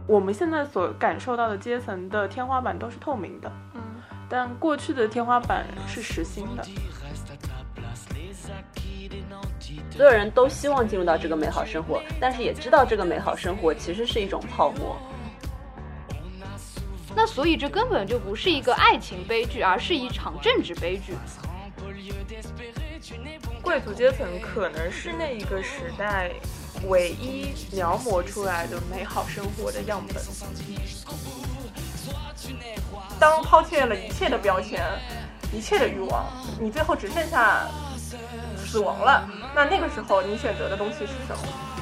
我们现在所感受到的阶层的天花板都是透明的，但过去的天花板是实心的。 所有人都希望进入到这个美好生活，但是也知道这个美好生活其实是一种泡沫。 那所以这根本就不是一个爱情悲剧，而是一场政治悲剧。 贵族阶层可能是那一个时代唯一描摹出来的美好生活的样本。当抛弃了一切的标签，一切的欲望，你最后只剩下死亡了，那个时候你选择的东西是什么？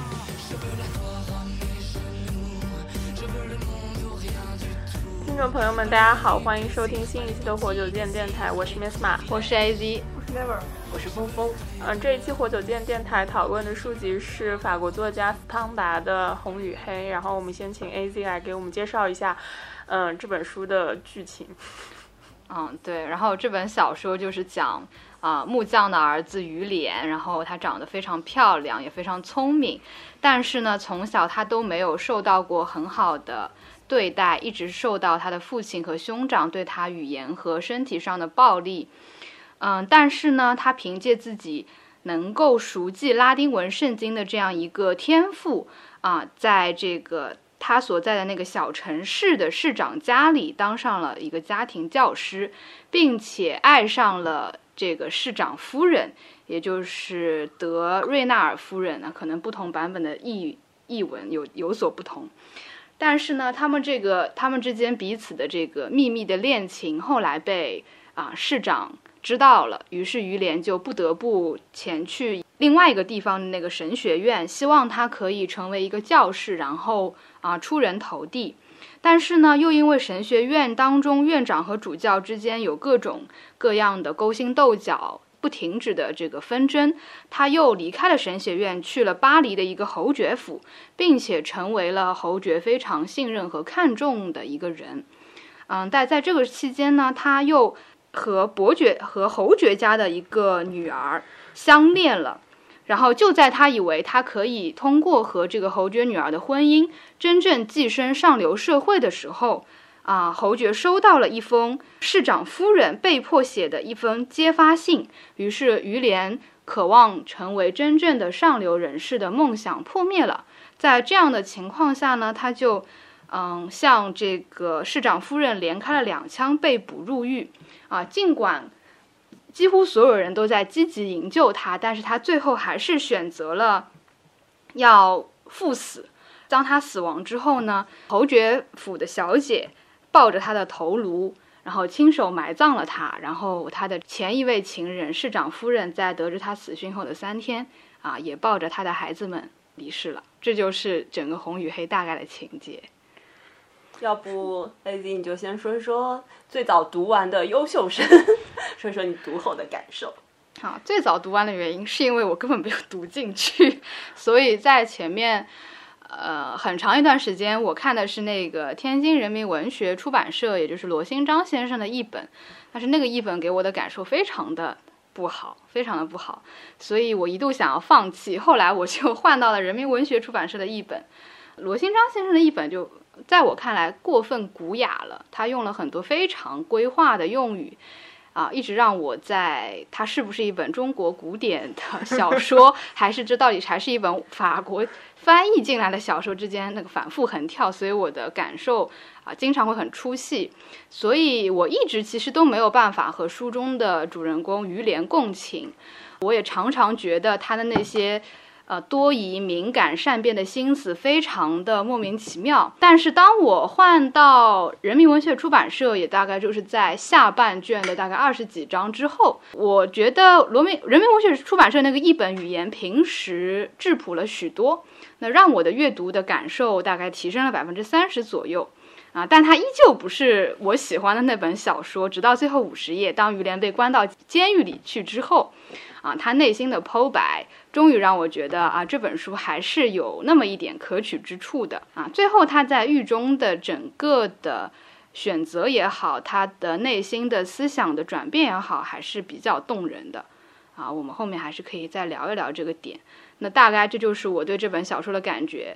听众朋友们大家好，欢迎收听新一期的活久见电台，我是 Miss 马， 我是 AZ， 我是 Never， 我是峰峰。 这一期活久见电台讨论的书籍是法国作家斯汤达的《红与黑》，然后我们先请 AZ 来给我们介绍一下这本书的剧情。 对，然后这本小说就是讲木匠的儿子于连，然后他长得非常漂亮，也非常聪明，但是呢，从小他都没有受到过很好的对待，一直受到他的父亲和兄长对他语言和身体上的暴力。但是呢，他凭借自己能够熟记拉丁文圣经的这样一个天赋在这个他所在的那个小城市的市长家里当上了一个家庭教师，并且爱上了这个市长夫人，也就是德瑞纳尔夫人可能不同版本的译文有所不同。但是呢，他们之间彼此的这个秘密的恋情后来被市长知道了，于是于连就不得不前去另外一个地方的那个神学院，希望他可以成为一个教士，然后出人头地。但是呢，又因为神学院当中院长和主教之间有各种各样的勾心斗角不停止的这个纷争，他又离开了神学院，去了巴黎的一个侯爵府，并且成为了侯爵非常信任和看重的一个人。但在这个期间呢，他又和侯爵家的一个女儿相恋了。然后就在他以为他可以通过和这个侯爵女儿的婚姻真正跻身上流社会的时候侯爵收到了一封市长夫人被迫写的一封揭发信，于是于连渴望成为真正的上流人士的梦想破灭了。在这样的情况下呢，他就向这个市长夫人连开了2枪，被捕入狱尽管几乎所有人都在积极营救他，但是他最后还是选择了要赴死。当他死亡之后呢，侯爵府的小姐抱着他的头颅，然后亲手埋葬了他。然后他的前一位情人市长夫人在得知他死讯后的3天也抱着他的孩子们离世了。这就是整个《红与黑》大概的情节。 要不 AZ 你就先说一说最早读完的优秀生说一说你读后的感受。 最早读完的原因是因为我根本没有读进去，所以在前面很长一段时间我看的是那个天津人民文学出版社，也就是罗新章先生的译本，但是那个译本给我的感受非常的不好，所以我一度想要放弃。后来我就换到了人民文学出版社的译本。罗新章先生的译本就在我看来过分古雅了，他用了很多非常规划的用语一直让我在它是不是一本中国古典的小说还是这到底还是一本法国翻译进来的小说之间那个反复横跳，所以我的感受经常会很出戏。所以我一直其实都没有办法和书中的主人公于连共情，我也常常觉得他的那些多疑、敏感、善变的心思非常的莫名其妙。但是当我换到人民文学出版社，也大概就是在下半卷的大概20几章之后，我觉得人民文学出版社那个译本语言平时质朴了许多，那让我的阅读的感受大概提升了30%左右但它依旧不是我喜欢的那本小说。直到最后50页，当于连被关到监狱里去之后他内心的剖白终于让我觉得这本书还是有那么一点可取之处的最后他在狱中的整个的选择也好，他的内心的思想的转变也好，还是比较动人的我们后面还是可以再聊一聊这个点。那大概这就是我对这本小说的感觉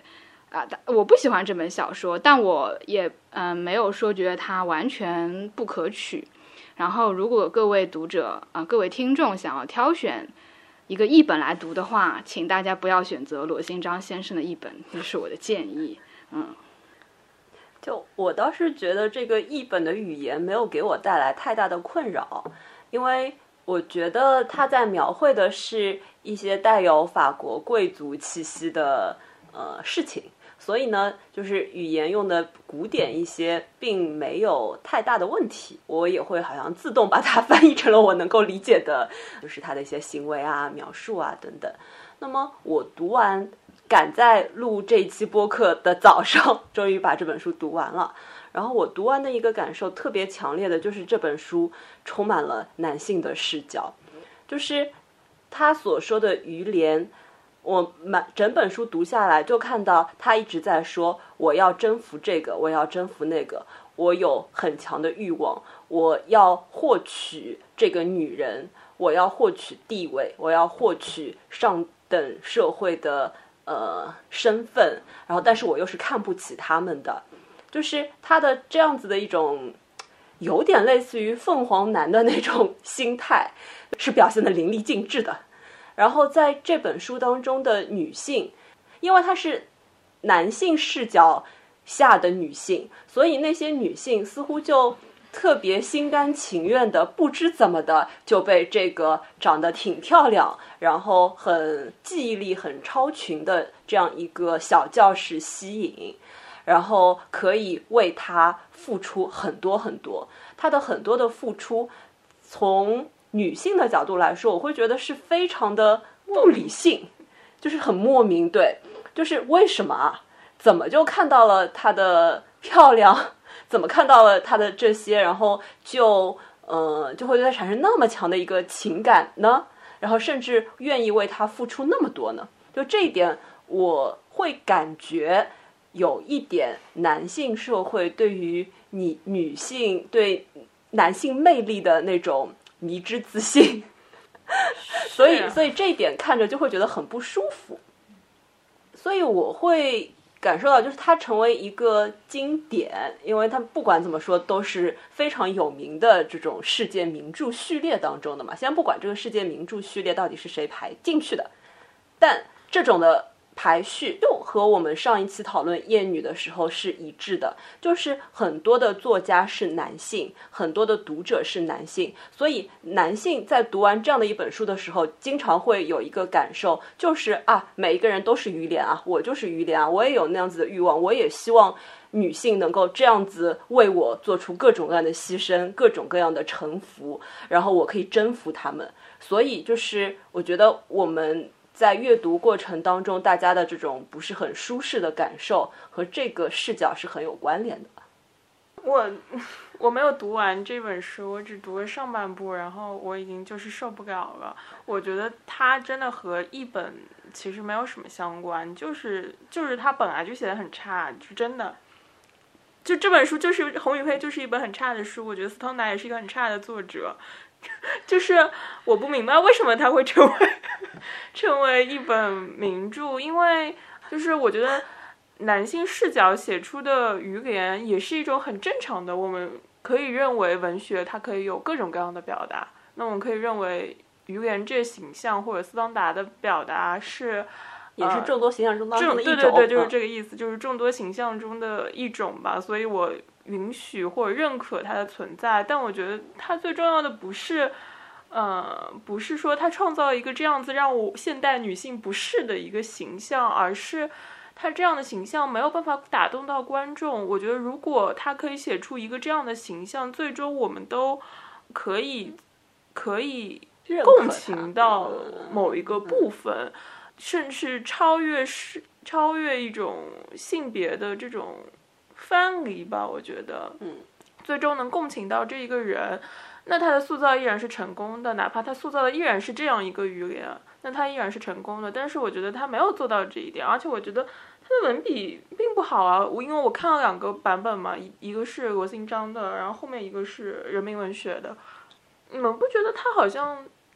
我不喜欢这本小说，但我也没有说觉得它完全不可取。然后如果各位读者各位听众想要挑选一个译本来读的话，请大家不要选择罗新章先生的译本，这是我的建议。 就我倒是觉得这个译本的语言没有给我带来太大的困扰，因为我觉得他在描绘的是一些带有法国贵族气息的事情，所以呢，就是语言用的古典一些，并没有太大的问题。我也会好像自动把它翻译成了我能够理解的，就是他的一些行为啊、描述啊等等。那么我读完，赶在录这一期播客的早上，终于把这本书读完了。然后我读完的一个感受特别强烈的就是这本书充满了男性的视角，就是他所说的于连，我整本书读下来就看到他一直在说我要征服这个，我要征服那个，我有很强的欲望，我要获取这个女人，我要获取地位，我要获取上等社会的身份，然后但是我又是看不起他们的，就是他的这样子的一种有点类似于凤凰男的那种心态是表现得淋漓尽致的。然后在这本书当中的女性，因为她是男性视角下的女性，所以那些女性似乎就特别心甘情愿的，不知怎么的就被这个长得挺漂亮，然后很记忆力很超群的这样一个小教士吸引，然后可以为他付出很多很多。他的很多的付出，从女性的角度来说，我会觉得是非常的不理性，就是很莫名。对，就是为什么啊？怎么就看到了她的漂亮，怎么看到了她的这些，然后就会对她产生那么强的一个情感呢？然后甚至愿意为她付出那么多呢？就这一点，我会感觉有一点男性社会对于女性对男性魅力的那种迷之自信所以这一点看着就会觉得很不舒服。所以我会感受到，就是它成为一个经典，因为它不管怎么说都是非常有名的这种世界名著序列当中的嘛。先不管这个世界名著序列到底是谁排进去的，但这种的排序就和我们上一期讨论厌女的时候是一致的，就是很多的作家是男性，很多的读者是男性，所以男性在读完这样的一本书的时候，经常会有一个感受，就是每一个人都是于连啊，我就是于连啊，我也有那样子的欲望，我也希望女性能够这样子为我做出各种各样的牺牲，各种各样的臣服，然后我可以征服他们。所以就是我觉得我们在阅读过程当中，大家的这种不是很舒适的感受和这个视角是很有关联的。 我没有读完这本书，我只读了上半部，然后我已经就是受不了了。我觉得它真的和译本其实没有什么相关，就是它本来就写得很差，就真的。就这本书就是洪宇辉就是一本很差的书，我觉得斯汤达也是一个很差的作者。就是我不明白为什么它会成为一本名著，因为就是我觉得男性视角写出的于连也是一种很正常的，我们可以认为文学它可以有各种各样的表达，那我们可以认为于连这形象或者斯汤达的表达也是众多形象中当中的一种。 对，就是这个意思，就是众多形象中的一种吧。所以我允许或者认可它的存在，但我觉得它最重要的不是说它创造一个这样子让我现代女性不适的一个形象，而是它这样的形象没有办法打动到观众。我觉得如果它可以写出一个这样的形象，最终我们都可以共情到某一个部分，甚至超越一种性别的这种藩篱吧。我觉得最终能共情到这一个人，那他的塑造依然是成功的，哪怕他塑造的依然是这样一个于连，那他依然是成功的。但是我觉得他没有做到这一点，而且我觉得他的文笔并不好啊。因为我看了2个版本嘛，一个是罗新章的，然后后面一个是人民文学的。你们不觉得他好像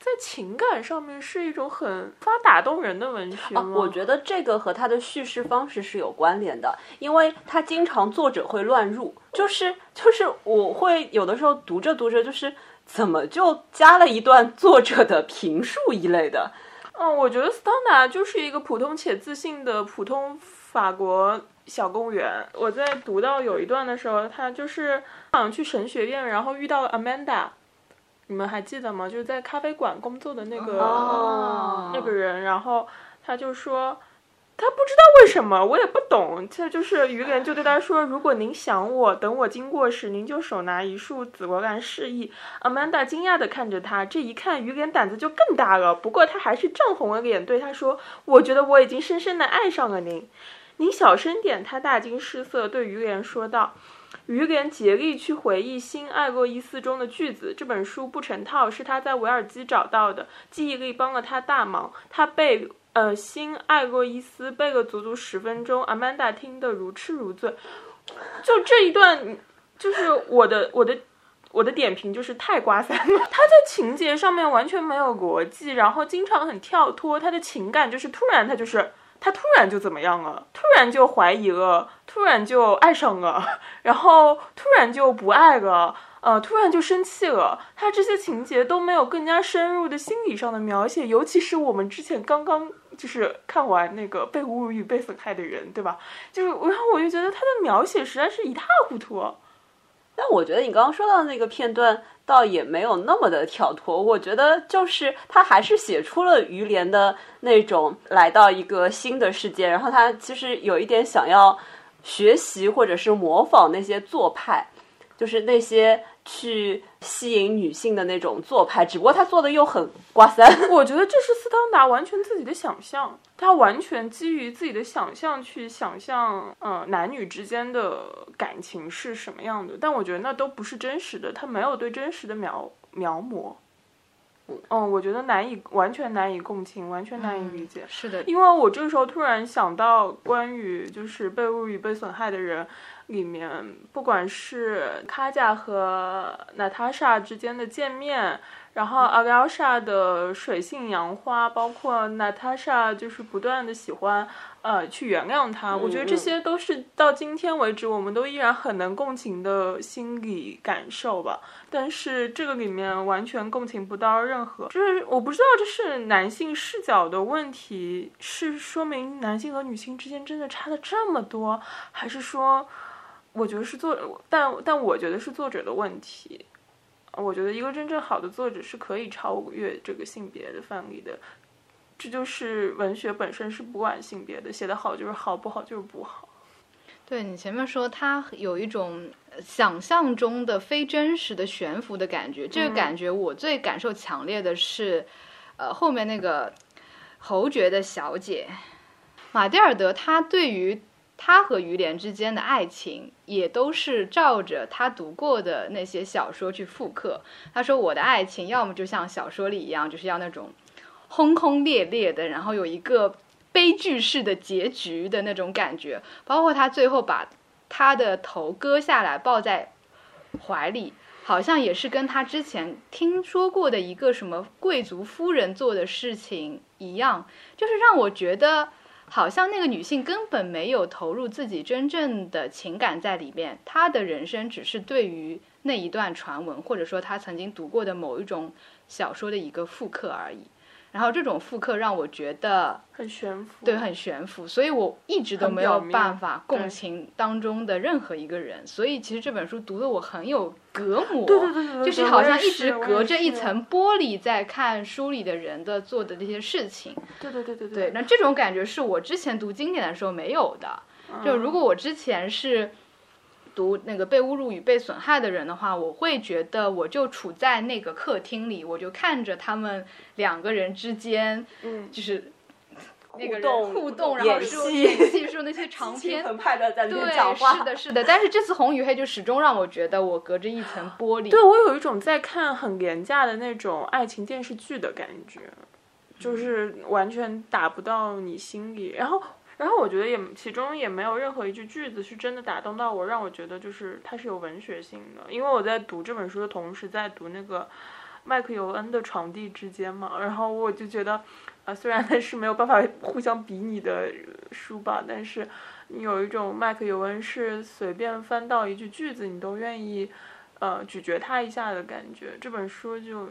在情感上面是一种很无法打动人的文学吗？ 我觉得这个和他的叙事方式是有关联的，因为他经常作者会乱入，就是我会有的时候读着就是怎么就加了一段作者的评述一类的。 我觉得斯汤达就是一个普通且自信的普通法国小公务员。我在读到有一段的时候，他就是好像去神学院，然后遇到了 Amanda， 你们还记得吗？就是在咖啡馆工作的那个人，然后他就说他不知道为什么，我也不懂。这就是于连就对他说，如果您想我，等我经过时，您就手拿一束紫罗兰示意。Amanda 惊讶地看着他，这一看于连胆子就更大了，不过他还是涨红了脸对他说，我觉得我已经深深地爱上了您。您小声点，他大惊失色对于连说道。于连竭力去回忆新艾洛伊斯中的句子，这本书不成套，是他在维尔基找到的，记忆力帮了他大忙。他背新艾洛伊斯背了足足10分钟，阿曼达听得如痴如醉。就这一段，就是我的点评就是太刮散了。他在情节上面完全没有逻辑，然后经常很跳脱。他的情感就是突然就怎么样了，突然就怀疑了，突然就爱上了，然后突然就不爱了，突然就生气了。他这些情节都没有更加深入的心理上的描写，尤其是我们之前刚刚就是看完那个被侮辱与被损害的人，对吧？然后我就觉得他的描写实在是一塌糊涂。 但我觉得你刚刚说到的那个片段倒也没有那么的跳脱，我觉得就是他还是写出了于连的那种来到一个新的世界，然后他其实有一点想要学习或者是模仿那些做派，就是那些去吸引女性的那种做派，只不过他做的又很刮三。 我觉得这是斯汤达完全自己的想象，他完全基于自己的想象去想象男女之间的感情是什么样的，但我觉得那都不是真实的，他没有对真实的描摹。我觉得完全难以共情，完全难以理解。 是的， 因为我这个时候突然想到关于就是被侮辱与被损害的人里面，不管是卡贾和娜塔莎之间的见面，然后阿廖莎的水性杨花，包括娜塔莎就是不断的喜欢去原谅他，我觉得这些都是到今天为止我们都依然很能共情的心理感受吧。但是这个里面完全共情不到任何，就是我不知道这是男性视角的问题，是说明男性和女性之间真的差了这么多，还是说我觉得是但我觉得是作者的问题。我觉得一个真正好的作者是可以超越这个性别的范围的，这就是文学本身是不管性别的，写得好就是好，不好就是不好。 对，你前面说他有一种想象中的非真实的悬浮的感觉，这个感觉我最感受强烈的是后面那个侯爵的小姐马蒂尔德，他对于他和于连之间的爱情也都是照着他读过的那些小说去复刻。他说我的爱情要么就像小说里一样，就是要那种轰轰烈烈的，然后有一个悲剧式的结局的那种感觉，包括他最后把他的头割下来抱在怀里，好像也是跟他之前听说过的一个什么贵族夫人做的事情一样，就是让我觉得好像那个女性根本没有投入自己真正的情感在里面，她的人生只是对于那一段传闻或者说她曾经读过的某一种小说的一个复刻而已。然后这种复刻让我觉得很悬浮， 对，很悬浮，所以我一直都没有办法共情当中的任何一个人，所以其实这本书读得我很有隔膜， 对， 就是好像一直隔着一层玻璃在看书里的人的做的这些事情。 对， 那这种感觉是我之前读经典的时候没有的。就如果我之前是读那个被侮辱与被损害的人的话，我会觉得我就处在那个客厅里，我就看着他们两个人之间就是那个人互动，然后说演戏说那些长篇很派的在那边讲话。 对，是的。但是这次红与黑就始终让我觉得我隔着一层玻璃。 对，我有一种在看很廉价的那种爱情电视剧的感觉，就是完全打不到你心里。然后我觉得其中也没有任何一句句子是真的打动到我，让我觉得就是它是有文学性的。因为我在读这本书的同时，在读那个麦克尤恩的床弟之间嘛，然后我就觉得，虽然那是没有办法互相比拟的书吧，但是你有一种麦克尤恩是随便翻到一句句子，你都愿意，咀嚼它一下的感觉。这本书就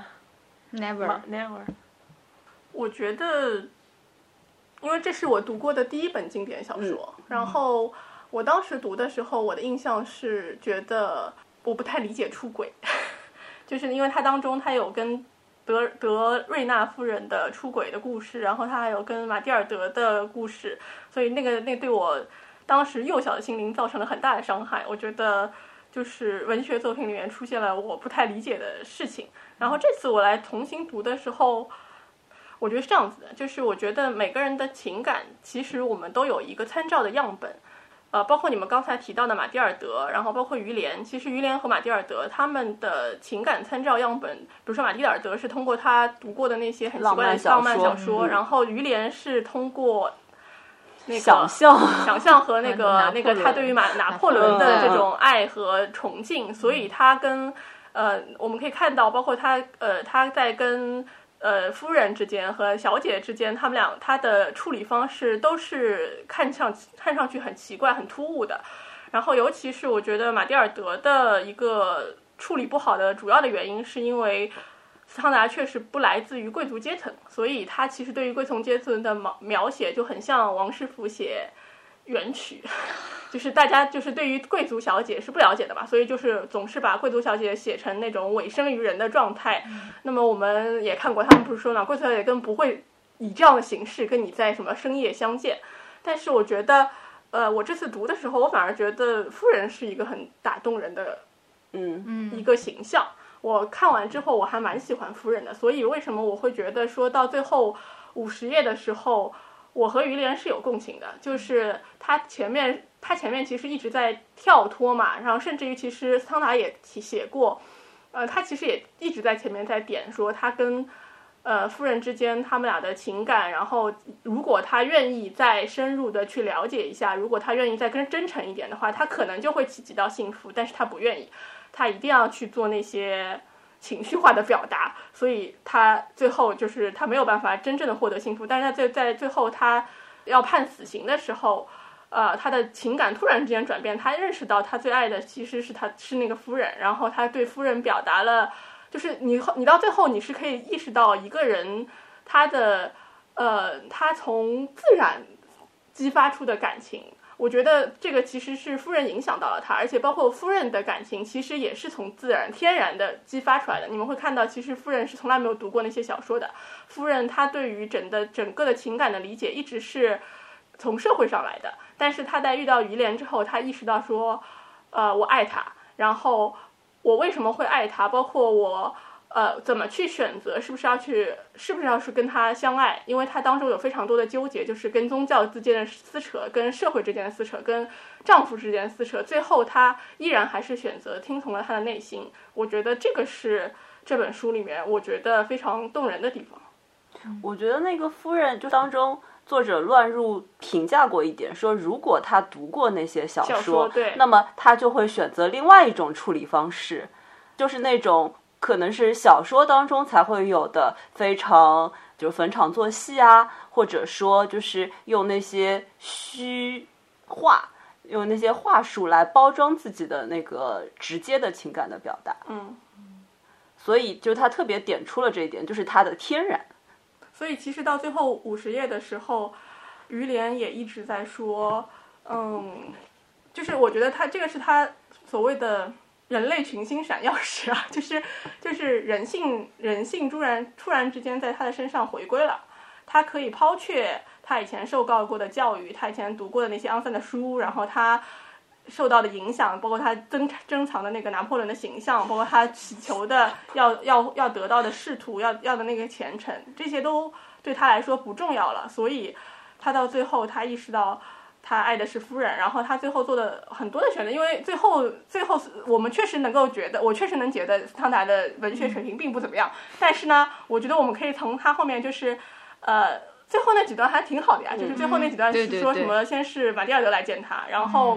，never。 我觉得，因为这是我读过的第一本经典小说，然后我当时读的时候，我的印象是觉得我不太理解出轨。就是因为它当中它有跟德瑞纳夫人的出轨的故事，然后它还有跟马蒂尔德的故事，所以那对我当时幼小的心灵造成了很大的伤害。我觉得就是文学作品里面出现了我不太理解的事情。然后这次我来重新读的时候，我觉得是这样子的，就是我觉得每个人的情感其实我们都有一个参照的样本。包括你们刚才提到的马蒂尔德，然后包括于连，其实于连和马蒂尔德他们的情感参照样本，比如说马蒂尔德是通过他读过的那些很奇怪的浪漫小说，然后于连是通过那个想象和那个他对于拿破仑的这种爱和崇敬，所以他跟我们可以看到，包括他在跟夫人之间和小姐之间，他的处理方式都是看上去很奇怪、很突兀的。然后，尤其是我觉得马蒂尔德的一个处理不好的主要的原因，是因为斯汤达确实不来自于贵族阶层，所以他其实对于贵族阶层的描写就很像王师傅写元曲。就是大家就是对于贵族小姐是不了解的吧，所以就是总是把贵族小姐写成那种委身于人的状态。那么我们也看过，他们不是说呢，贵族小姐根本不会以这样的形式跟你在什么深夜相见。但是我觉得，我这次读的时候，我反而觉得夫人是一个很打动人的，一个形象。我看完之后，我还蛮喜欢夫人的。所以为什么我会觉得说到最后50页的时候，我和于连是有共情的，就是他前面其实一直在跳脱嘛，然后甚至于其实斯汤达也写过，他其实也一直在前面在点说他跟夫人之间他们俩的情感，然后如果他愿意再深入的去了解一下，如果他愿意再更真诚一点的话，他可能就会企及到幸福，但是他不愿意，他一定要去做那些情绪化的表达，所以他最后就是他没有办法真正的获得幸福。但是他在最后他要判死刑的时候，他的情感突然之间转变，他认识到他最爱的其实是那个夫人，然后他对夫人表达了，就是你到最后你是可以意识到一个人他从自然激发出的感情。我觉得这个其实是夫人影响到了他，而且包括夫人的感情其实也是从自然天然的激发出来的。你们会看到其实夫人是从来没有读过那些小说的，夫人她对于整个的情感的理解一直是从社会上来的，但是她在遇到于连之后，她意识到说我爱他，然后我为什么会爱他，包括我怎么去选择是不是要去跟他相爱，因为他当中有非常多的纠结，就是跟宗教之间的撕扯，跟社会之间的撕扯，跟丈夫之间的撕扯，最后他依然还是选择听从了他的内心。我觉得这个是这本书里面我觉得非常动人的地方。 我觉得那个夫人就当中作者乱入评价过一点，说如果他读过那些小说， 对， 那么他就会选择另外一种处理方式，就是那种可能是小说当中才会有的非常就是逢场作戏啊，或者说就是用那些虚话，用那些话术来包装自己的那个直接的情感的表达。所以就是他特别点出了这一点，就是他的天然。 所以其实到最后50页的时候，于连也一直在说，就是我觉得这个是他所谓的人类群星闪耀时啊，就是人性突然之间在他的身上回归了，他可以抛却他以前受到过的教育，他以前读过的那些肮脏的书，然后他受到的影响，包括他珍藏的那个拿破仑的形象，包括他祈求的要得到的仕途，要的那个前程，这些都对他来说不重要了。所以他到最后他意识到他爱的是夫人，然后他最后做的很多的选择，因为最后我们确实能觉得斯汤达的文学水平并不怎么样，但是呢，我觉得我们可以从他后面就是最后那几段还挺好的呀，就是最后那几段是说什么先是马蒂尔德来见他，然后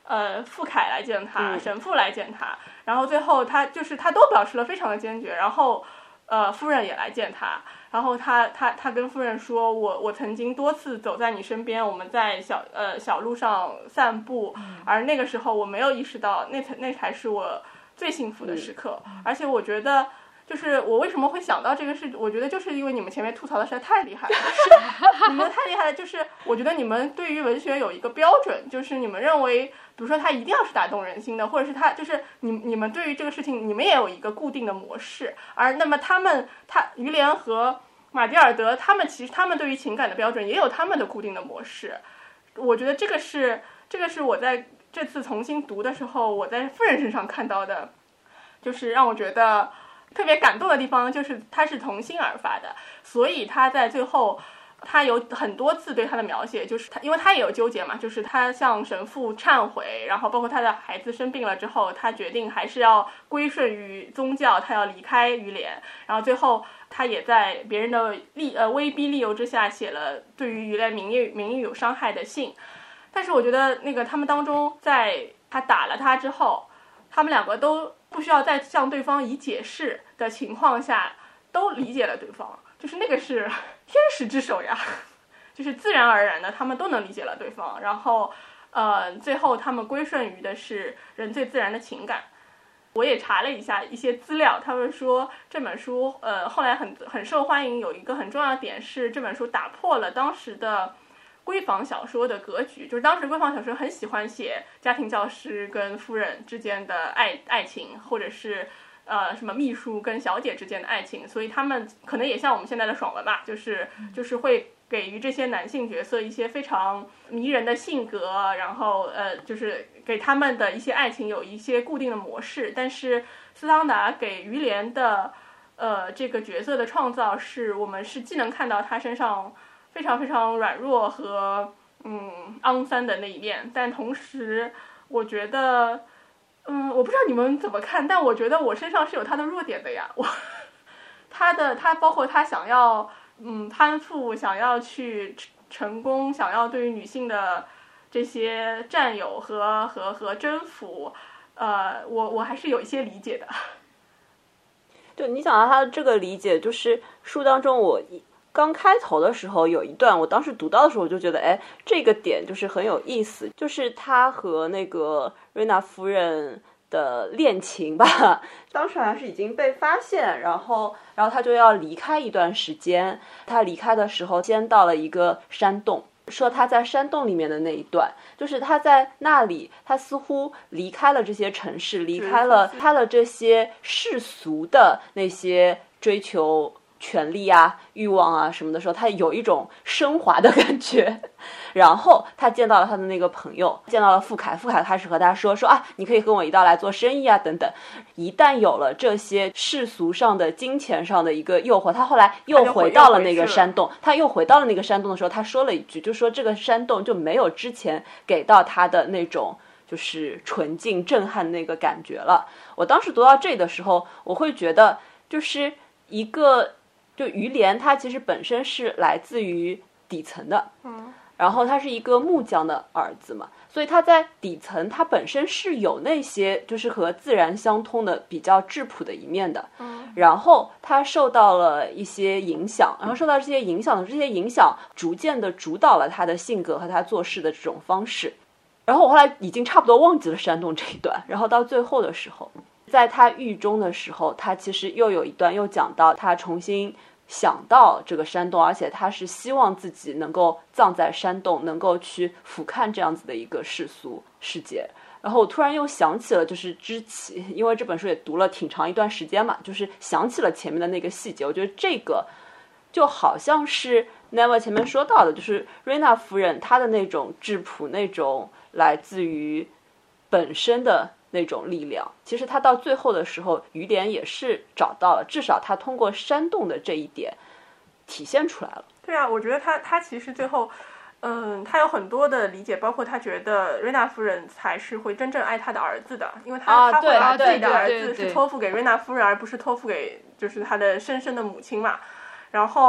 傅凯来见他，神父来见他，然后最后他都表示了非常的坚决，然后夫人也来见他，然后他跟夫人说，我曾经多次走在你身边，我们在小路上散步，而那个时候我没有意识到那才是我最幸福的时刻，而且我觉得。就是我为什么会想到这个事，我觉得就是因为你们前面吐槽的实在太厉害了，就是你们太厉害了，就是我觉得你们对于文学有一个标准，就是你们认为，比如说它一定要是打动人心的，或者是它就是你们对于这个事情，你们也有一个固定的模式，而那么于连和马蒂尔德，他们对于情感的标准也有他们的固定的模式，我觉得这个是我在这次重新读的时候，我在夫人身上看到的，就是让我觉得。特别感动的地方就是他是从心而发的，所以他在最后他有很多次对他的描写，就是因为他也有纠结嘛，就是他向神父忏悔，然后包括他的孩子生病了之后，他决定还是要归顺于宗教，他要离开于连，然后最后他也在别人的威逼利诱之下写了对于于连名誉有伤害的信。但是我觉得那个他们当中，在他打了他之后，他们两个都不需要再向对方以解释的情况下都理解了对方，就是那个是天使之手呀，就是自然而然的他们都能理解了对方，然后最后他们归顺于的是人最自然的情感。我也查了一下一些资料，他们说这本书后来很受欢迎，有一个很重要的点是这本书打破了当时的闺房小说的格局，就是当时闺房小说很喜欢写家庭教师跟夫人之间的爱情，或者是什么秘书跟小姐之间的爱情，所以他们可能也像我们现在的爽文吧，就是会给予这些男性角色一些非常迷人的性格，然后就是给他们的一些爱情有一些固定的模式，但是斯汤达给于连的这个角色的创造是我们是既能看到他身上非常非常软弱和肮脏的那一面，但同时我觉得我不知道你们怎么看，但我觉得我身上是有他的弱点的呀。他包括他想要攀附，想要去成功，想要对于女性的这些占有和征服，我还是有一些理解的。 对，你讲到他的这个理解，就是书当中我刚开头的时候有一段，我当时读到的时候我就觉得，哎，这个点就是很有意思，就是他和那个瑞娜夫人的恋情吧，当时好像是已经被发现，然后他就要离开一段时间。他离开的时候，先到了一个山洞，说他在山洞里面的那一段，就是他在那里，他似乎离开了这些城市，离开了他的这些世俗的那些追求权力啊、欲望啊什么的时候，他有一种升华的感觉。然后他见到了他的那个朋友，见到了傅凯开始和他说啊，你可以和我一道来做生意啊等等。一旦有了这些世俗上的金钱上的一个诱惑，他后来又回到了那个山洞，他又回到了那个山洞的时候，他说了一句，就说这个山洞就没有之前给到他的那种就是纯净震撼那个感觉了。我当时读到这的时候，我会觉得就是一个就于连他其实本身是来自于底层的，然后他是一个木匠的儿子嘛，所以他在底层他本身是有那些就是和自然相通的比较质朴的一面的，然后他受到了一些影响，然后受到这些影响逐渐的主导了他的性格和他做事的这种方式。然后我后来已经差不多忘记了山洞这一段，然后到最后的时候，在他狱中的时候，他其实又有一段又讲到他重新想到这个山洞，而且他是希望自己能够葬在山洞，能够去俯瞰这样子的一个世俗世界。然后我突然又想起了就是知棋，因为这本书也读了挺长一段时间嘛，就是想起了前面的那个细节。我觉得这个就好像是 Neville 前面说到的，就是瑞娜夫人她的那种质朴，那种来自于本身的那种力量，其实他到最后的时候，于连也是找到了，至少他通过山洞的这一点体现出来了。 对啊，我觉得他其实最后他有很多的理解，包括他觉得瑞娜夫人才是会真正爱他的儿子的，因为他会把自己的儿子是托付给瑞娜夫人，而不是托付给就是他的深深的母亲嘛。然后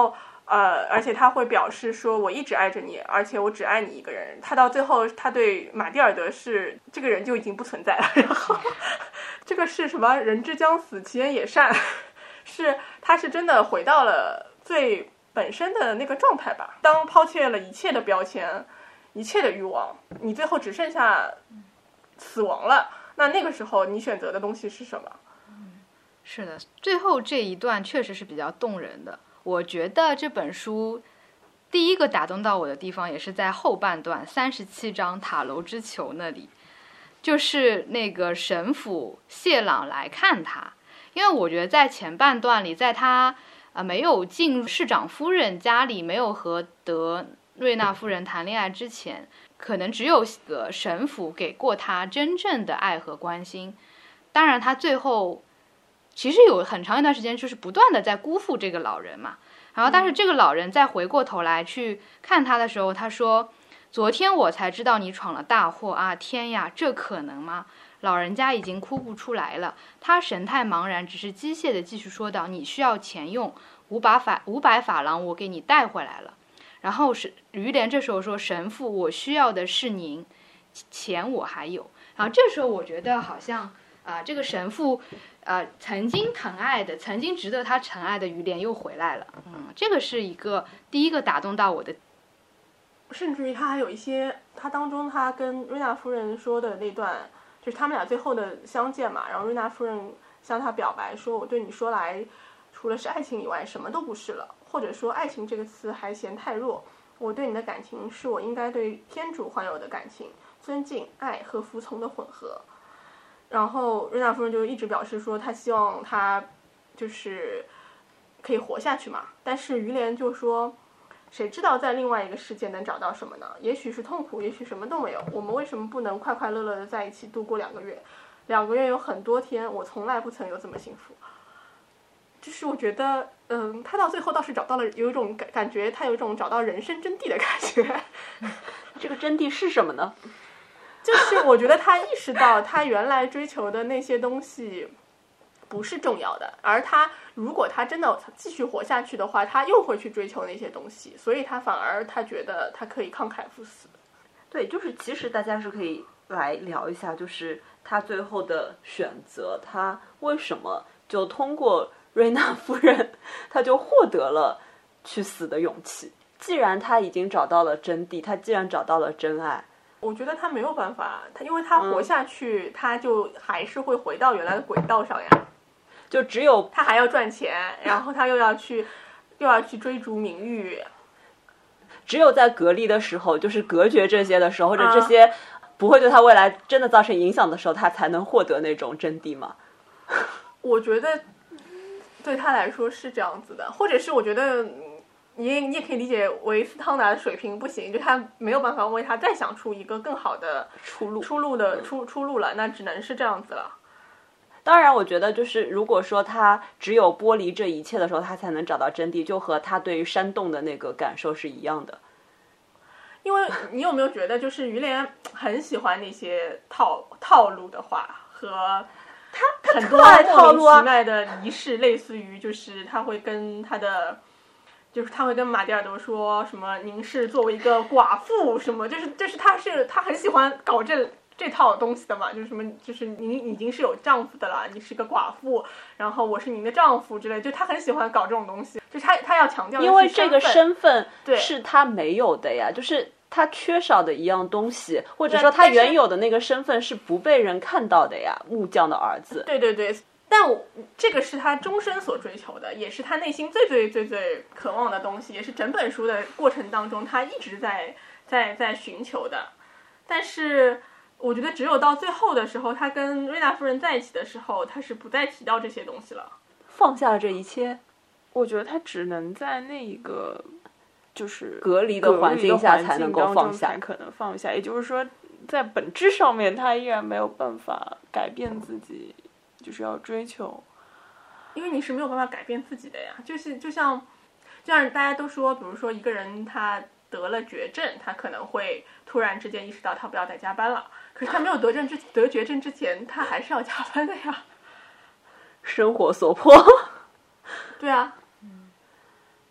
而且他会表示说我一直爱着你，而且我只爱你一个人。他到最后他对马蒂尔德是这个人就已经不存在了，然后这个是什么人之将死其言也善，他是真的回到了最本身的那个状态吧。当抛弃了一切的标签，一切的欲望，你最后只剩下死亡了，那个时候你选择的东西是什么？ 是的，最后这一段确实是比较动人的。我觉得这本书第一个打动到我的地方也是在后半段37章塔楼之囚那里，就是那个神父谢朗来看他。因为我觉得在前半段里，在他没有进入市长夫人家里，没有和德瑞纳夫人谈恋爱之前，可能只有个神父给过他真正的爱和关心。当然他最后其实有很长一段时间就是不断的在辜负这个老人嘛。然后但是这个老人再回过头来去看他的时候，他说昨天我才知道你闯了大祸啊，天呀，这可能吗？老人家已经哭不出来了，他神态茫然，只是机械的继续说道，你需要钱用，500法郎我给你带回来了。然后是于连这时候说，神父，我需要的是您，钱我还有。然后这时候我觉得好像这个神父曾经疼爱的，曾经值得他疼爱的于连又回来了。这个是一个第一个打动到我的。 甚至于他还有一些，他当中他跟瑞娜夫人说的那段，就是他们俩最后的相见嘛，然后瑞娜夫人向他表白说，我对你说来除了是爱情以外什么都不是了，或者说爱情这个词还嫌太弱，我对你的感情是我应该对天主怀有的感情，尊敬、爱和服从的混合。然后瑞娜夫人就一直表示说，她希望他就是可以活下去嘛。但是于连就说，谁知道在另外一个世界能找到什么呢？也许是痛苦，也许什么都没有。我们为什么不能快快乐乐的在一起度过2个月？2个月有很多天，我从来不曾有这么幸福。就是我觉得，他到最后倒是找到了，有一种感觉，他有一种找到人生真谛的感觉。 这个真谛是什么呢？ 就是我觉得他意识到他原来追求的那些东西不是重要的，而他如果他真的继续活下去的话，他又会去追求那些东西，所以他反而他觉得他可以慷慨赴死。 对，就是其实大家是可以来聊一下，就是他最后的选择，他为什么就通过瑞娜夫人，他就获得了去死的勇气。既然他已经找到了真谛，他既然找到了真爱， 我觉得他没有办法，因为他活下去，他就还是会回到原来的轨道上呀。 就只有他还要赚钱，然后他又要去追逐名誉。 只有在隔离的时候，就是隔绝这些的时候，或者这些不会对他未来真的造成影响的时候，他才能获得那种真谛吗？ 我觉得对他来说是这样子的，或者是我觉得你也可以理解为斯汤达的水平不行，就他没有办法为他再想出一个更好的出路了，那只能是这样子了。 当然我觉得就是如果说他只有剥离这一切的时候，他才能找到真谛，就和他对于山洞的那个感受是一样的。 因为你有没有觉得就是于连很喜欢那些套路的话，和他很多莫名其妙的仪式，类似于就是他会跟马蒂尔德说什么您是作为一个寡妇什么，就是他很喜欢搞这套东西的嘛，就是什么就是您已经是有丈夫的了，你是个寡妇，然后我是您的丈夫之类，就他很喜欢搞这种东西，就是他要强调的是因为这个身份对是他没有的呀，就是他缺少的一样东西，或者说他原有的那个身份是不被人看到的呀，木匠的儿子。 对对对，但这个是他终身所追求的，也是他内心最最最最渴望的东西，也是整本书的过程当中他一直在寻求的。但是我觉得只有到最后的时候，他跟瑞娜夫人在一起的时候，他是不再提到这些东西了， 放下了这一切。 我觉得他只能在那一个就是隔离的环境下才能够放下， 才可能放下。也就是说，在本质上面，他依然没有办法改变自己，就是要追求。 因为你是没有办法改变自己的呀，就像大家都说，比如说一个人他得了绝症，他可能会突然之间意识到他不要再加班了，可是他没有得绝症之前，他还是要加班的呀。 生活所迫。 对啊，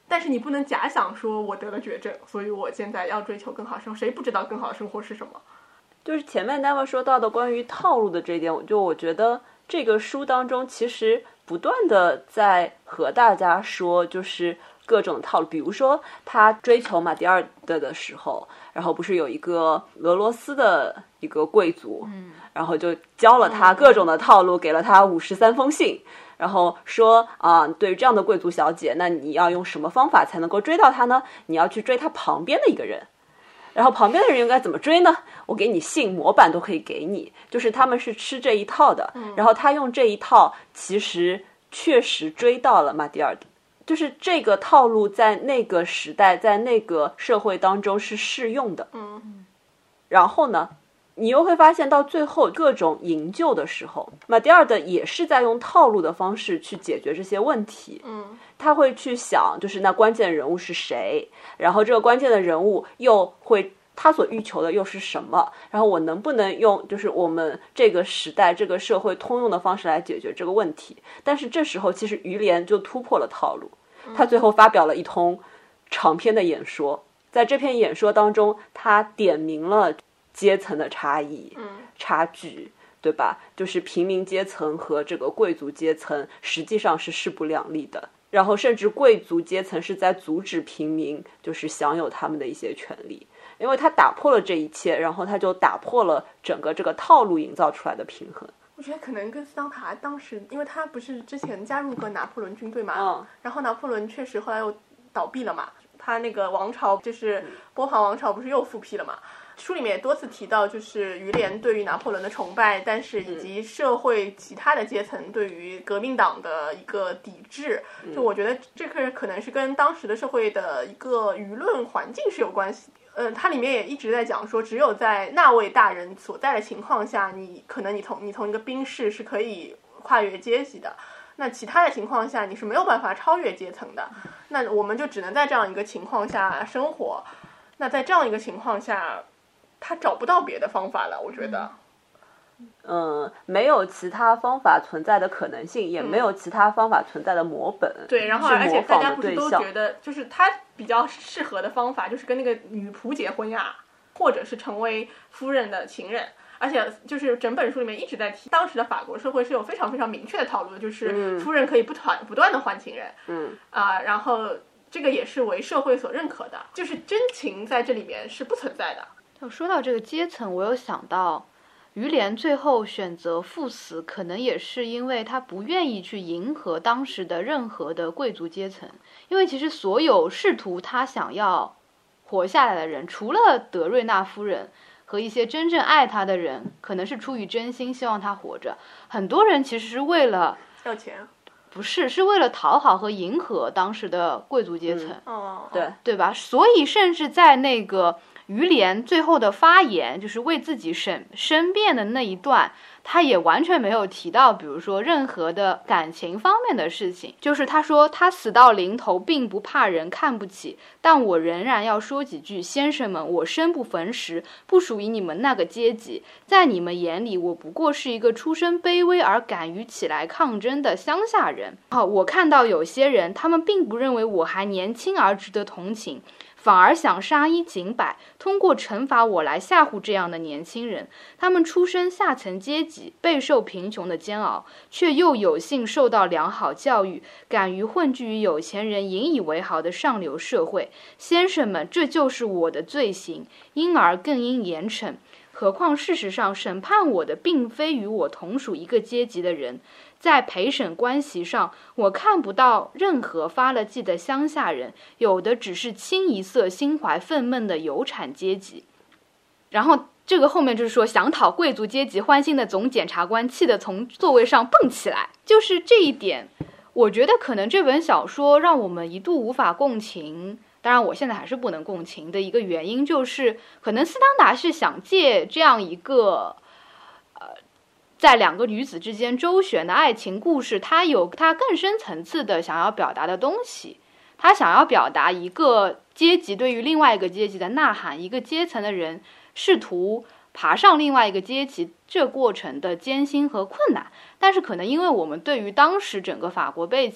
但是你不能假想说我得了绝症，所以我现在要追求更好生活，谁不知道更好的生活是什么？ 就是前面Neva说到的关于套路的这一点，我觉得这个书当中其实不断的在和大家说，就是各种套路。比如说他追求马蒂尔德的时候，然后不是有一个俄罗斯的一个贵族，然后就教了他各种的套路，给了他53封信，然后说对于这样的贵族小姐，那你要用什么方法才能够追到她呢？你要去追她旁边的一个人。然后旁边的人应该怎么追呢？我给你信，模板都可以给你，就是他们是吃这一套的。然后他用这一套，其实确实追到了马蒂尔德，就是这个套路在那个时代，在那个社会当中是适用的。然后呢，你又会发现到最后各种营救的时候，马蒂尔德也是在用套路的方式去解决这些问题。他会去想，就是那关键人物是谁，然后这个关键的人物又会他所欲求的又是什么，然后我能不能用就是我们这个时代这个社会通用的方式来解决这个问题。但是这时候其实于连就突破了套路，他最后发表了一通长篇的演说，在这篇演说当中他点明了阶层的差异、差距，对吧？就是平民阶层和这个贵族阶层实际上是势不两立的，然后甚至贵族阶层是在阻止平民就是享有他们的一些权利，因为他打破了这一切，然后他就打破了整个这个套路营造出来的平衡。 我觉得可能跟斯汤塔当时，因为他不是之前加入过拿破仑军队嘛，然后拿破仑确实后来又倒闭了嘛，他那个王朝就是波旁王朝不是又复辟了嘛。书里面也多次提到，就是于连对于拿破仑的崇拜，但是以及社会其他的阶层对于革命党的一个抵制。就我觉得这个可能是跟当时的社会的一个舆论环境是有关系的。它里面也一直在讲说，只有在那位大人所在的情况下，你从一个兵士是可以跨越阶级的。那其他的情况下，你是没有办法超越阶层的。那我们就只能在这样一个情况下生活。那在这样一个情况下，他找不到别的方法了，我觉得。 没有其他方法存在的可能性，也没有其他方法存在的模本。 对，然后而且大家不是都觉得，就是他比较适合的方法，就是跟那个女仆结婚呀，或者是成为夫人的情人。而且就是整本书里面一直在提，当时的法国社会是有非常非常明确的套路的，就是夫人可以不断的换情人。然后这个也是为社会所认可的，就是真情在这里面是不存在的。 说到这个阶层，我有想到于连最后选择赴死，可能也是因为他不愿意去迎合当时的任何的贵族阶层，因为其实所有试图他想要活下来的人，除了德瑞纳夫人和一些真正爱他的人，可能是出于真心希望他活着，很多人其实是为了要钱， 不是，是为了讨好和迎合当时的贵族阶层。对吧？所以甚至在那个于连最后的发言，就是为自己申辩的那一段，他也完全没有提到比如说任何的感情方面的事情。就是他说他死到临头并不怕人看不起，但我仍然要说几句，先生们，我生不逢时，不属于你们那个阶级，在你们眼里我不过是一个出身卑微而敢于起来抗争的乡下人。我看到有些人，他们并不认为我还年轻而值得同情，反而想杀一儆百，通过惩罚我来吓唬这样的年轻人。他们出身下层阶级，备受贫穷的煎熬，却又有幸受到良好教育，敢于混居于有钱人引以为豪的上流社会。先生们，这就是我的罪行，因而更应严惩。何况事实上审判我的并非与我同属一个阶级的人，在陪审官席上，我看不到任何发了迹的乡下人，有的只是清一色心怀愤懑的有产阶级。然后这个后面就是说，想讨贵族阶级欢心的总检察官气得从座位上蹦起来。就是这一点，我觉得可能这本小说让我们一度无法共情，当然我现在还是不能共情的一个原因，就是可能斯汤达是想借这样一个在两个女子之间周旋的爱情故事，它有它更深层次的想要表达的东西。他想要表达一个阶级对于另外一个阶级的呐喊，一个阶层的人试图爬上另外一个阶级这过程的艰辛和困难。但是可能因为我们对于当时整个法国背景，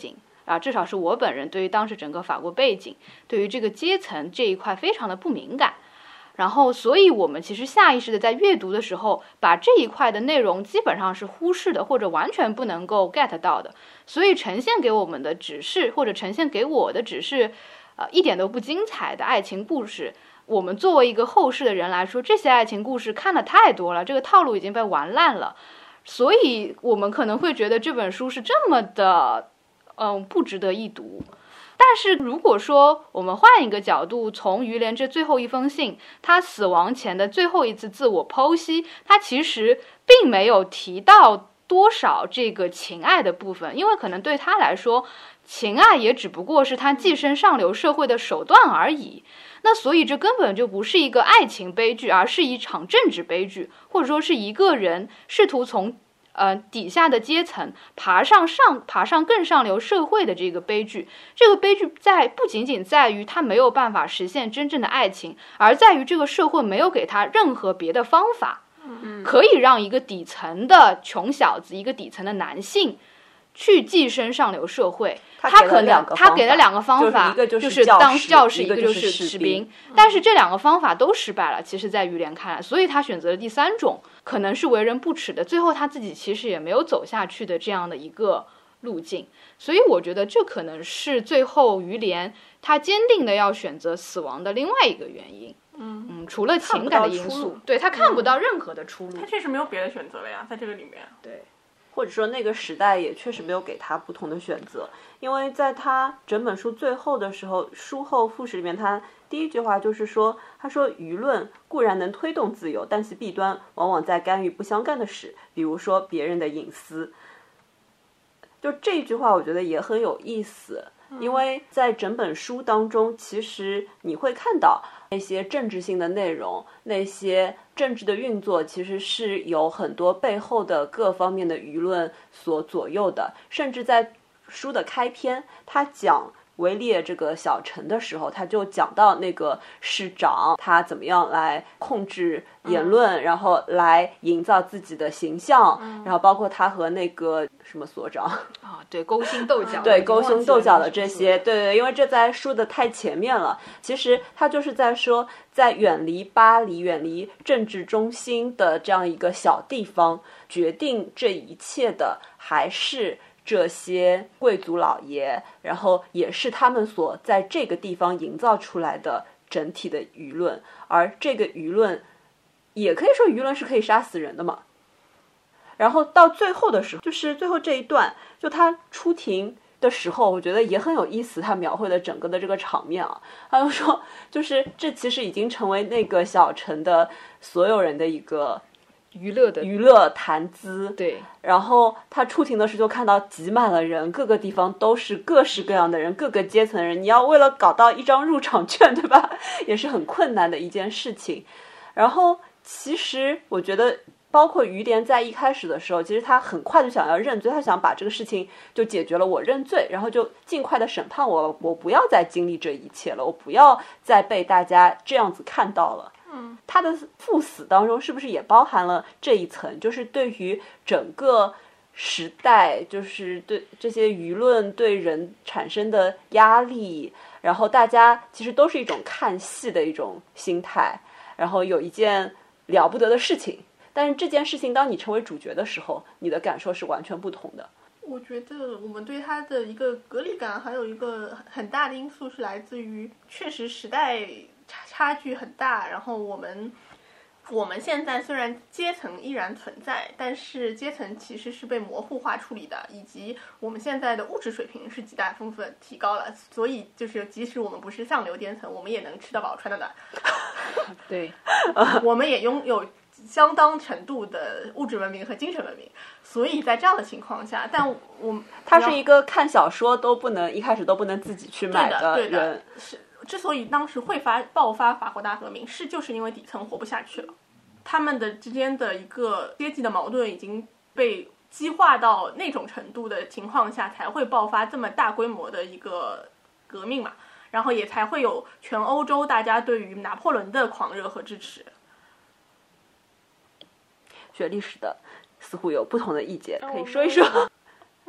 至少是我本人对于当时整个法国背景，对于这个阶层这一块非常的不敏感。然后，所以我们其实下意识的在阅读的时候，把这一块的内容基本上是忽视的，或者完全不能够 get 到的。所以呈现给我们的只是，或者呈现给我的只是，一点都不精彩的爱情故事。我们作为一个后世的人来说，这些爱情故事看得太多了，这个套路已经被玩烂了。所以我们可能会觉得这本书是这么的，不值得一读。但是如果说我们换一个角度，从于连这最后一封信，他死亡前的最后一次自我剖析，他其实并没有提到多少这个情爱的部分，因为可能对他来说，情爱也只不过是他跻身上流社会的手段而已。那所以这根本就不是一个爱情悲剧，而是一场政治悲剧，或者说是一个人试图从底下的阶层爬上更上流社会的这个悲剧。这个悲剧不仅仅在于他没有办法实现真正的爱情，而在于这个社会没有给他任何别的方法，可以让一个底层的穷小子，一个底层的男性去跻身上流社会。他给了两个方法， 一个就是当教士，一个就是士兵。但是这两个方法都失败了，其实在于连看来，所以他选择了第三种，可能是为人不耻的，最后他自己其实也没有走下去的这样的一个路径。所以我觉得这可能是最后于连他坚定的要选择死亡的另外一个原因。除了情感的因素，对，他看不到任何的出路。 他确实没有别的选择了呀，在这个里面。 对。 或者说那个时代也确实没有给他不同的选择，因为在他整本书最后的时候，书后复试里面，他第一句话就是说，他说舆论固然能推动自由，但其弊端往往在干预不相干的事，比如说别人的隐私。就这一句话我觉得也很有意思，因为在整本书当中，其实你会看到那些政治性的内容，那些政治的运作其实是有很多背后的各方面的舆论所左右的。甚至在书的开篇，他讲维列这个小城的时候，他就讲到那个市长他怎么样来控制言论，然后来营造自己的形象，然后包括他和那个什么所长对，勾心斗角， 对，勾心斗角的这些，对，因为这在书的太前面了。其实他就是在说，在远离巴黎、远离政治中心的这样一个小地方，决定这一切的还是这些贵族老爷，然后也是他们所在这个地方营造出来的整体的舆论。而这个舆论也可以说舆论是可以杀死人的嘛。然后到最后的时候，就是最后这一段，就他出庭的时候，我觉得也很有意思，他描绘了整个的这个场面啊。他就说，就是这其实已经成为那个小城的所有人的一个娱乐谈资。 对， 然后他出庭的时候就看到挤满了人，各个地方都是各式各样的人，各个阶层的人，你要为了搞到一张入场券，对吧，也是很困难的一件事情。然后其实我觉得包括于连在一开始的时候，其实他很快就想要认罪，他想把这个事情就解决了，我认罪，然后就尽快的审判我不要再经历这一切了，我不要再被大家这样子看到了。他的赴死当中是不是也包含了这一层，就是对于整个时代，就是对这些舆论对人产生的压力，然后大家其实都是一种看戏的一种心态，然后有一件了不得的事情，但是这件事情当你成为主角的时候，你的感受是完全不同的。 我觉得我们对他的一个隔离感还有一个很大的因素是来自于确实时代差距很大，然后我们现在虽然阶层依然存在，但是阶层其实是被模糊化处理的，以及我们现在的物质水平是极大丰富的提高了，所以就是即使我们不是上流阶层，我们也能吃得饱穿得暖。 对， 我们也拥有相当程度的物质文明和精神文明，所以在这样的情况下，但他是一个看小说都不能一开始都不能自己去买的人。 对的，是之所以当时会爆发法国大革命，就是因为底层活不下去了，他们的之间的一个阶级的矛盾已经被激化到那种程度的情况下，才会爆发这么大规模的一个革命嘛，然后也才会有全欧洲大家对于拿破仑的狂热和支持。 学历史的似乎有不同的意见，可以说一说。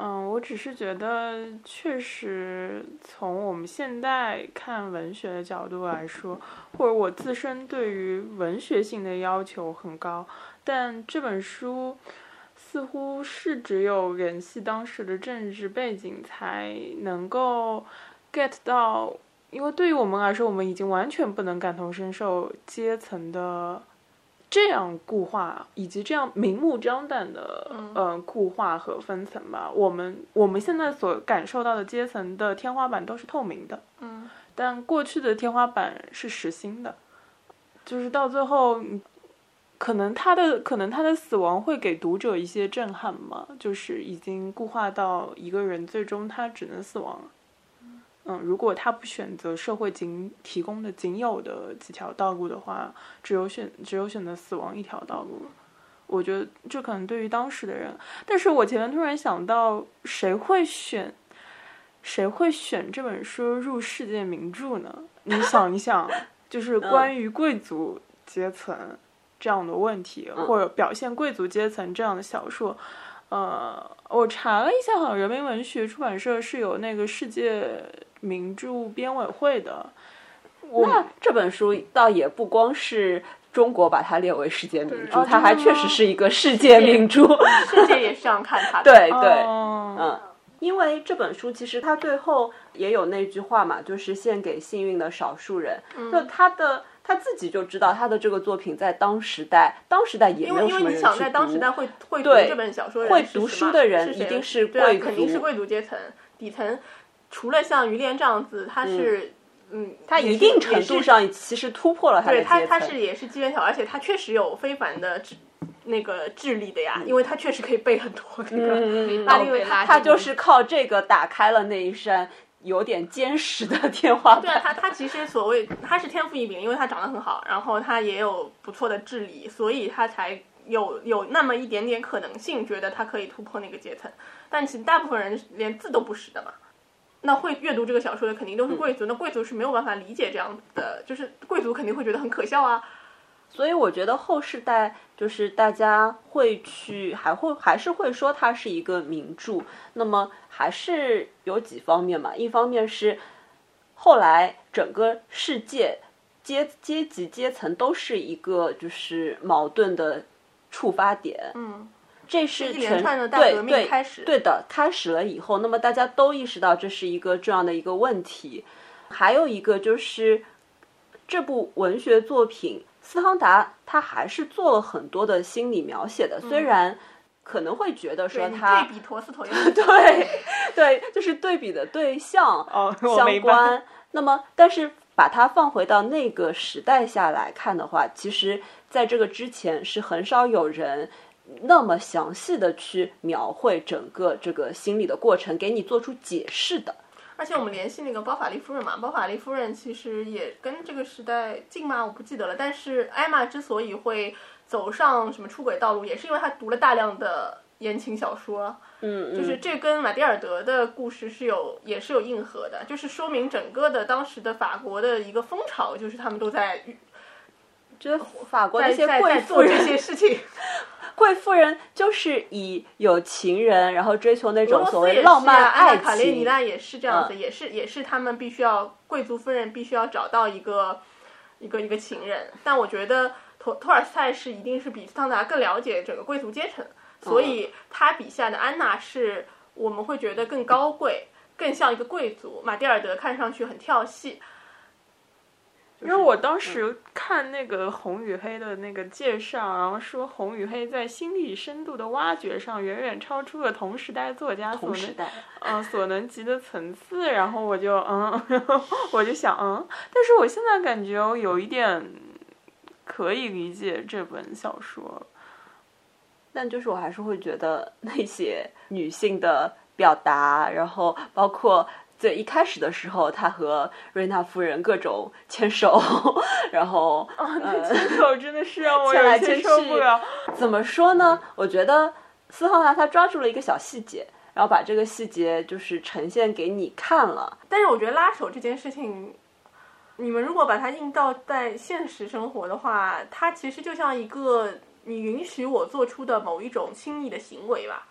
我只是觉得，确实从我们现在看文学的角度来说，或者我自身对于文学性的要求很高，但这本书似乎是只有联系当时的政治背景才能够 get 到，因为对于我们来说，我们已经完全不能感同身受阶层的这样固化，以及这样明目张胆的固化和分层吧。我们现在所感受到的阶层的天花板都是透明的，但过去的天花板是实心的，就是到最后，可能他的死亡会给读者一些震撼嘛，就是已经固化到一个人最终他只能死亡了。如果他不选择社会提供的仅有的几条道路的话，只有选择死亡一条道路。我觉得这可能对于当时的人，但是我前面突然想到，谁会选这本书入世界名著呢？你想一想，就是关于贵族阶层这样的问题，或者表现贵族阶层这样的小说。我查了一下，好像人民文学出版社是有那个世界名著编委会的。 那这本书倒也不光是中国把它列为世界名著，它还确实是一个世界名著， 世界也是这样看它的。 对对，因为这本书其实它最后也有那句话嘛，就是献给幸运的少数人。那他自己就知道他的这个作品在当时代也没有什么人去读， 因为你想在当时代会读这本小说的人会读书的人一定是贵族， 肯定是贵族阶层底层。除了像于连这样子，他是他一定程度上其实突破了他的阶层， 对他也是机缘巧合，而且他确实有非凡的那个智力的呀，因为他确实可以背很多那个， 因为他就是靠这个打开了那一扇有点坚实的天花板。 对啊，他其实所谓他是天赋异禀，因为他长得很好，然后他也有不错的智力，所以他才有那么一点点可能性，觉得他可以突破那个阶层。但其实大部分人连字都不识的嘛。那会阅读这个小说的肯定都是贵族，那贵族是没有办法理解这样的，就是贵族肯定会觉得很可笑啊。 所以我觉得后世代就是大家会去还是会说它是一个名著，那么还是有几方面嘛。一方面是后来整个世界阶级阶层都是一个就是矛盾的触发点，这是一连串的大革命开始， 对的，开始了以后，那么大家都意识到这是一个这样的一个问题。还有一个就是这部文学作品，斯汤达他还是做了很多的心理描写的，虽然可能会觉得说他对比陀思妥耶对，就是对比的对象相关。那么，但是把它放回到那个时代下来看的话，其实在这个之前是很少有人那么详细的去描绘整个这个心理的过程，给你做出解释的。 而且我们联系那个包法利夫人嘛，包法利夫人其实也跟这个时代近吗？我不记得了。但是艾玛之所以会走上什么出轨道路，也是因为她读了大量的言情小说。就是这跟马蒂尔德的故事也是有硬核的，就是说明整个的当时的法国的一个风潮，就是他们都在， 觉得法国那些贵妇做这些事情。 贵妇人就是以有情人，然后追求那种所谓浪漫爱情。 卡列尼娜也是这样子，也是他们必须要贵族夫人必须要找到一个情人。但我觉得托尔斯泰一定是比斯汤达更了解整个贵族阶层，所以他笔下的安娜是我们会觉得更高贵，更像一个贵族。马蒂尔德看上去很跳戏。 因为我当时看那个红与黑的那个介绍，然后说红与黑在心理深度的挖掘上远远超出了同时代作家所能及的层次，然后我就想但是我现在感觉我有一点可以理解这本小说， 但就是我还是会觉得那些女性的表达，然后包括最一开始的时候，他和瑞娜夫人各种牵手，然后那牵手真的是让我有些受不了。 怎么说呢？我觉得斯汤达他抓住了一个小细节，然后把这个细节就是呈现给你看了。 但是我觉得拉手这件事情，你们如果把它映照在现实生活的话，它其实就像一个你允许我做出的某一种亲密的行为吧。 对。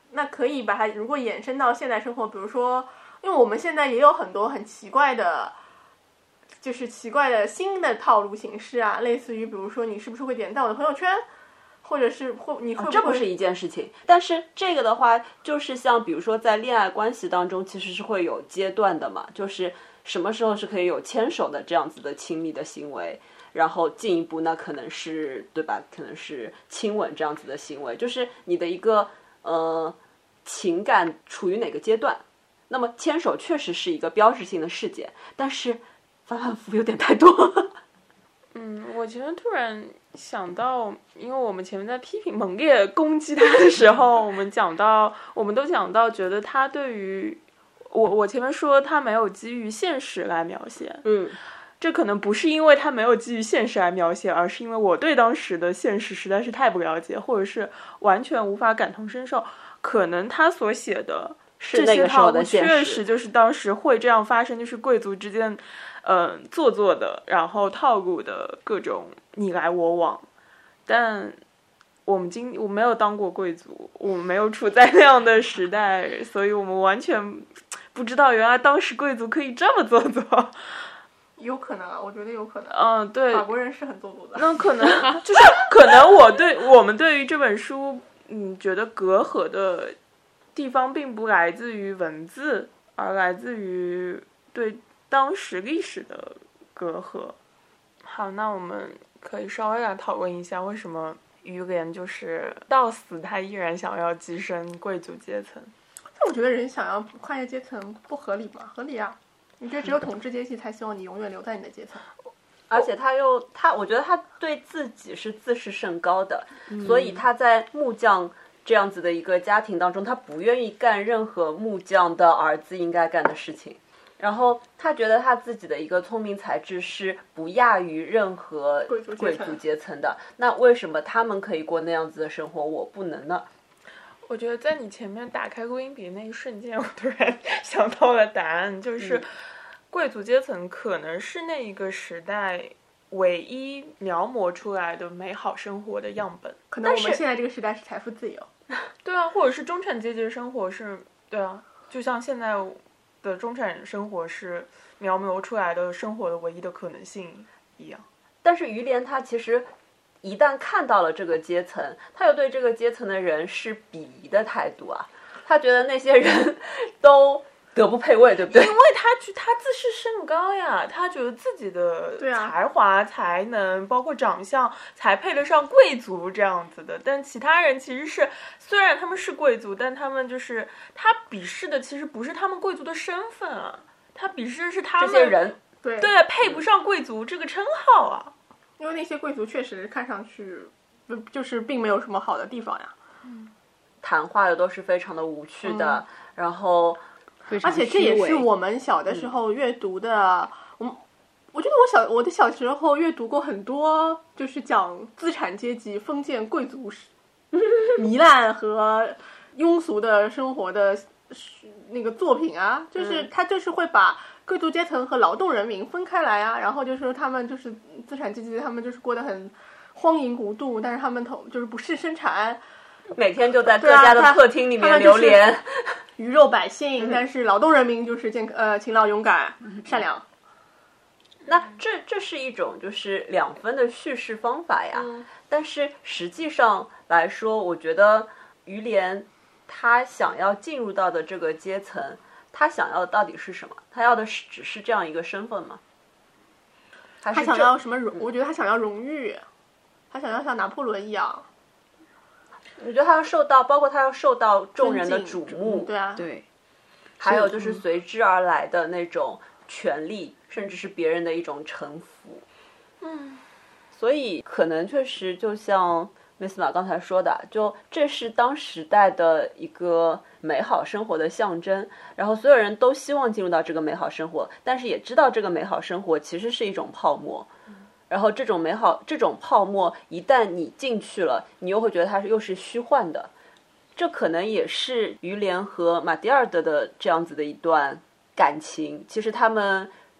那可以把它如果延伸到现代生活，比如说，因为我们现在也有很多很奇怪的，就是奇怪的新的套路形式啊，类似于比如说你是不是会点赞我的朋友圈，或者是你会不会、 这不是一件事情。但是这个的话，就是像比如说在恋爱关系当中，其实是会有阶段的嘛，就是什么时候是可以有牵手的这样子的亲密的行为。然后进一步呢，可能是对吧？可能是亲吻这样子的行为，就是你的一个情感处于哪个阶段。那么牵手确实是一个标志性的事件，但是反反复复有点太多。 我前面突然想到，因为我们前面在批评猛烈攻击他的时候，我们都讲到，觉得他对于我前面说他没有基于现实来描写，这可能不是因为他没有基于现实来描写，而是因为我对当时的现实实在是太不了解，或者是完全无法感同身受。可能他所写的是那个时候的现实， 确实就是当时会这样发生，就是贵族之间，做作的，然后套路的各种你来我往。但我没有当过贵族，我们没有处在那样的时代，所以我们完全不知道原来当时贵族可以这么做作。 有可能啊，我觉得有可能。 对， 法国人是很做作的。 那可能就是可能我们对于这本书，觉得隔阂的地方并不来自于文字，而来自于对当时历史的隔阂。好，那我们可以稍微来讨论一下，为什么于连就是到死他依然想要跻身贵族阶层？ 但我觉得人想要跨越阶层不合理吗？合理啊！你觉得只有统治阶级才希望你永远留在你的阶层？ 而且我觉得他对自己是自视甚高的，所以他在木匠这样子的一个家庭当中，他不愿意干任何木匠的儿子应该干的事情。然后他觉得他自己的一个聪明才智是不亚于任何贵族阶层的。那为什么他们可以过那样子的生活，我不能呢？ 我觉得在你前面打开录音笔那一瞬间，我突然想到了答案，就是贵族阶层可能是那一个时代唯一描摹出来的美好生活的样本。 可能我们现在这个时代是财富自由。 对啊，或者是中产阶级的生活是，对啊，就像现在的中产生活是描摹出来的生活的唯一的可能性一样。 但是于连他其实一旦看到了这个阶层，他又对这个阶层的人是鄙夷的态度啊，他觉得那些人都德不配位，对不对？ 因为他自视甚高呀，他觉得自己的才华、才能，包括长相，才配得上贵族这样子的。但其他人其实是，虽然他们是贵族，但他们就是他鄙视的其实不是他们贵族的身份啊，他鄙视的是他们这些人， 对， 配不上贵族这个称号啊。 因为那些贵族确实看上去就是并没有什么好的地方呀。 谈话的都是非常的无趣的，然后而且这也是我们小的时候阅读的。我觉得我的小时候阅读过很多，就是讲资产阶级、封建贵族糜烂和庸俗的生活的那个作品啊，就是他就是会把贵族阶层和劳动人民分开来啊，然后就是说他们就是资产阶级，他们就是过得很荒淫无度，但是他们就是不事生产， 每天就在各家的客厅里面流连， 鱼肉百姓。但是劳动人民就是勤劳、勇敢、善良。 那这是一种就是两分的叙事方法呀。但是实际上来说，我觉得于连他想要进入到的这个阶层，他想要的到底是什么？他要的只是这样一个身份吗？ 他想要什么我觉得他想要荣誉，他想要像拿破仑一样。 我觉得他要受到，包括他要受到众人的瞩目， 对啊， 对。 还有就是随之而来的那种权利，甚至是别人的一种臣服。所以可能确实就像梅斯玛刚才说的，就这是当时代的一个美好生活的象征，然后所有人都希望进入到这个美好生活，但是也知道这个美好生活其实是一种泡沫。然后这种泡沫一旦你进去了，你又会觉得它又是虚幻的。这可能也是于连和马蒂尔德的这样子的一段感情，其实他们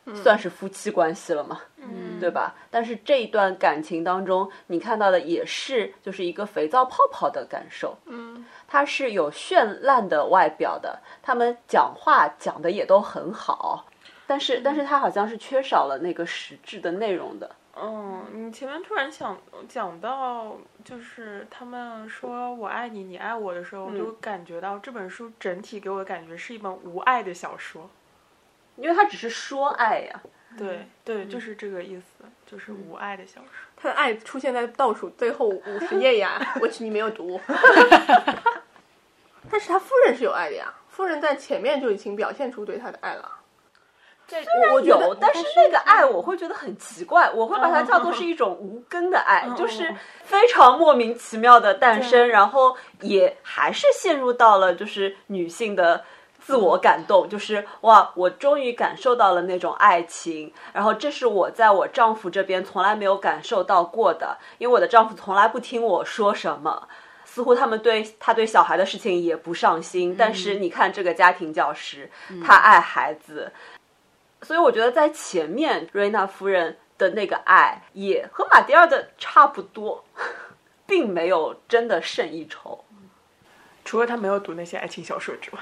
算是夫妻关系了嘛，对吧？但是这一段感情当中，你看到的也是就是一个肥皂泡泡的感受，它是有绚烂的外表的，他们讲话讲的也都很好，但是他好像是缺少了那个实质的内容的。 你前面突然讲到，就是他们说我爱你，你爱我的时候，我就感觉到这本书整体给我的感觉是一本无爱的小说， 因为它只是说爱呀。 对，就是这个意思，就是无爱的小说。 他的爱出现在倒数最后50页呀，which 你没有读。但是他夫人是有爱的呀，夫人在前面就已经表现出对他的爱了。 我有，但是那个爱我会觉得很奇怪，我会把它叫做是一种无根的爱，就是非常莫名其妙的诞生，然后也还是陷入到了就是女性的自我感动，就是哇，我终于感受到了那种爱情，然后这是我在我丈夫这边从来没有感受到过的，因为我的丈夫从来不听我说什么，似乎他对小孩的事情也不上心，但是你看这个家庭教师，他爱孩子。所以我觉得在前面瑞娜夫人的那个爱也和马蒂尔的差不多，并没有真的胜一筹， 除了他没有读那些爱情小说之外。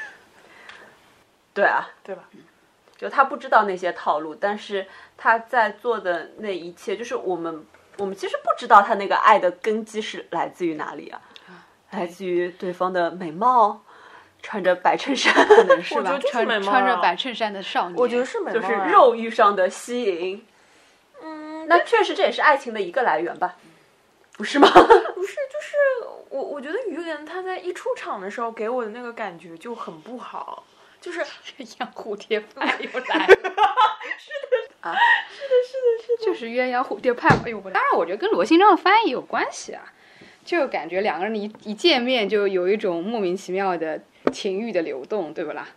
对啊， 对吧？ 就他不知道那些套路，但是他在做的那一切，就是我们其实不知道他那个爱的根基是来自于哪里啊？来自于对方的美貌，穿着白衬衫， 可能是吧？ 我觉得就是美貌穿着白衬衫的少年， 我觉得是美貌， 就是肉欲上的吸引。那确实这也是爱情的一个来源吧？不是吗？ 不是，就是我觉得于连他在一出场的时候给我的那个感觉就很不好，就是鸳鸯蝴蝶派又来了。 是的， 就是鸳鸯蝴蝶派。哎呦，当然我觉得跟罗新章的翻译有关系啊，就感觉两个人一见面就有一种莫名其妙的情欲的流动，对不啦？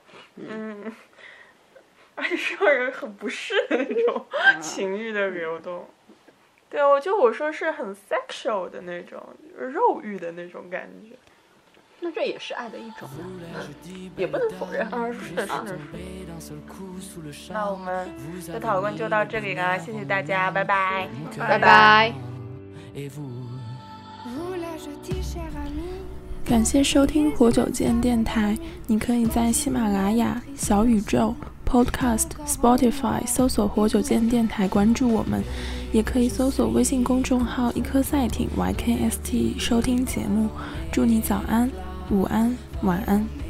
而且是让人很不适的那种情欲的流动。对，我说是很 sexual 的那种肉欲的那种感觉。 那这也是爱的一种呢，也不能否认。 是的。那我们的讨论就到这里了，谢谢大家，拜拜， 拜拜。 感谢收听活久见电台，你可以在喜马拉雅、小宇宙、Podcast、Spotify 搜索活久见电台关注我们，也可以搜索微信公众号一颗赛艇 YKST 收听节目。祝你早安、午安、晚安。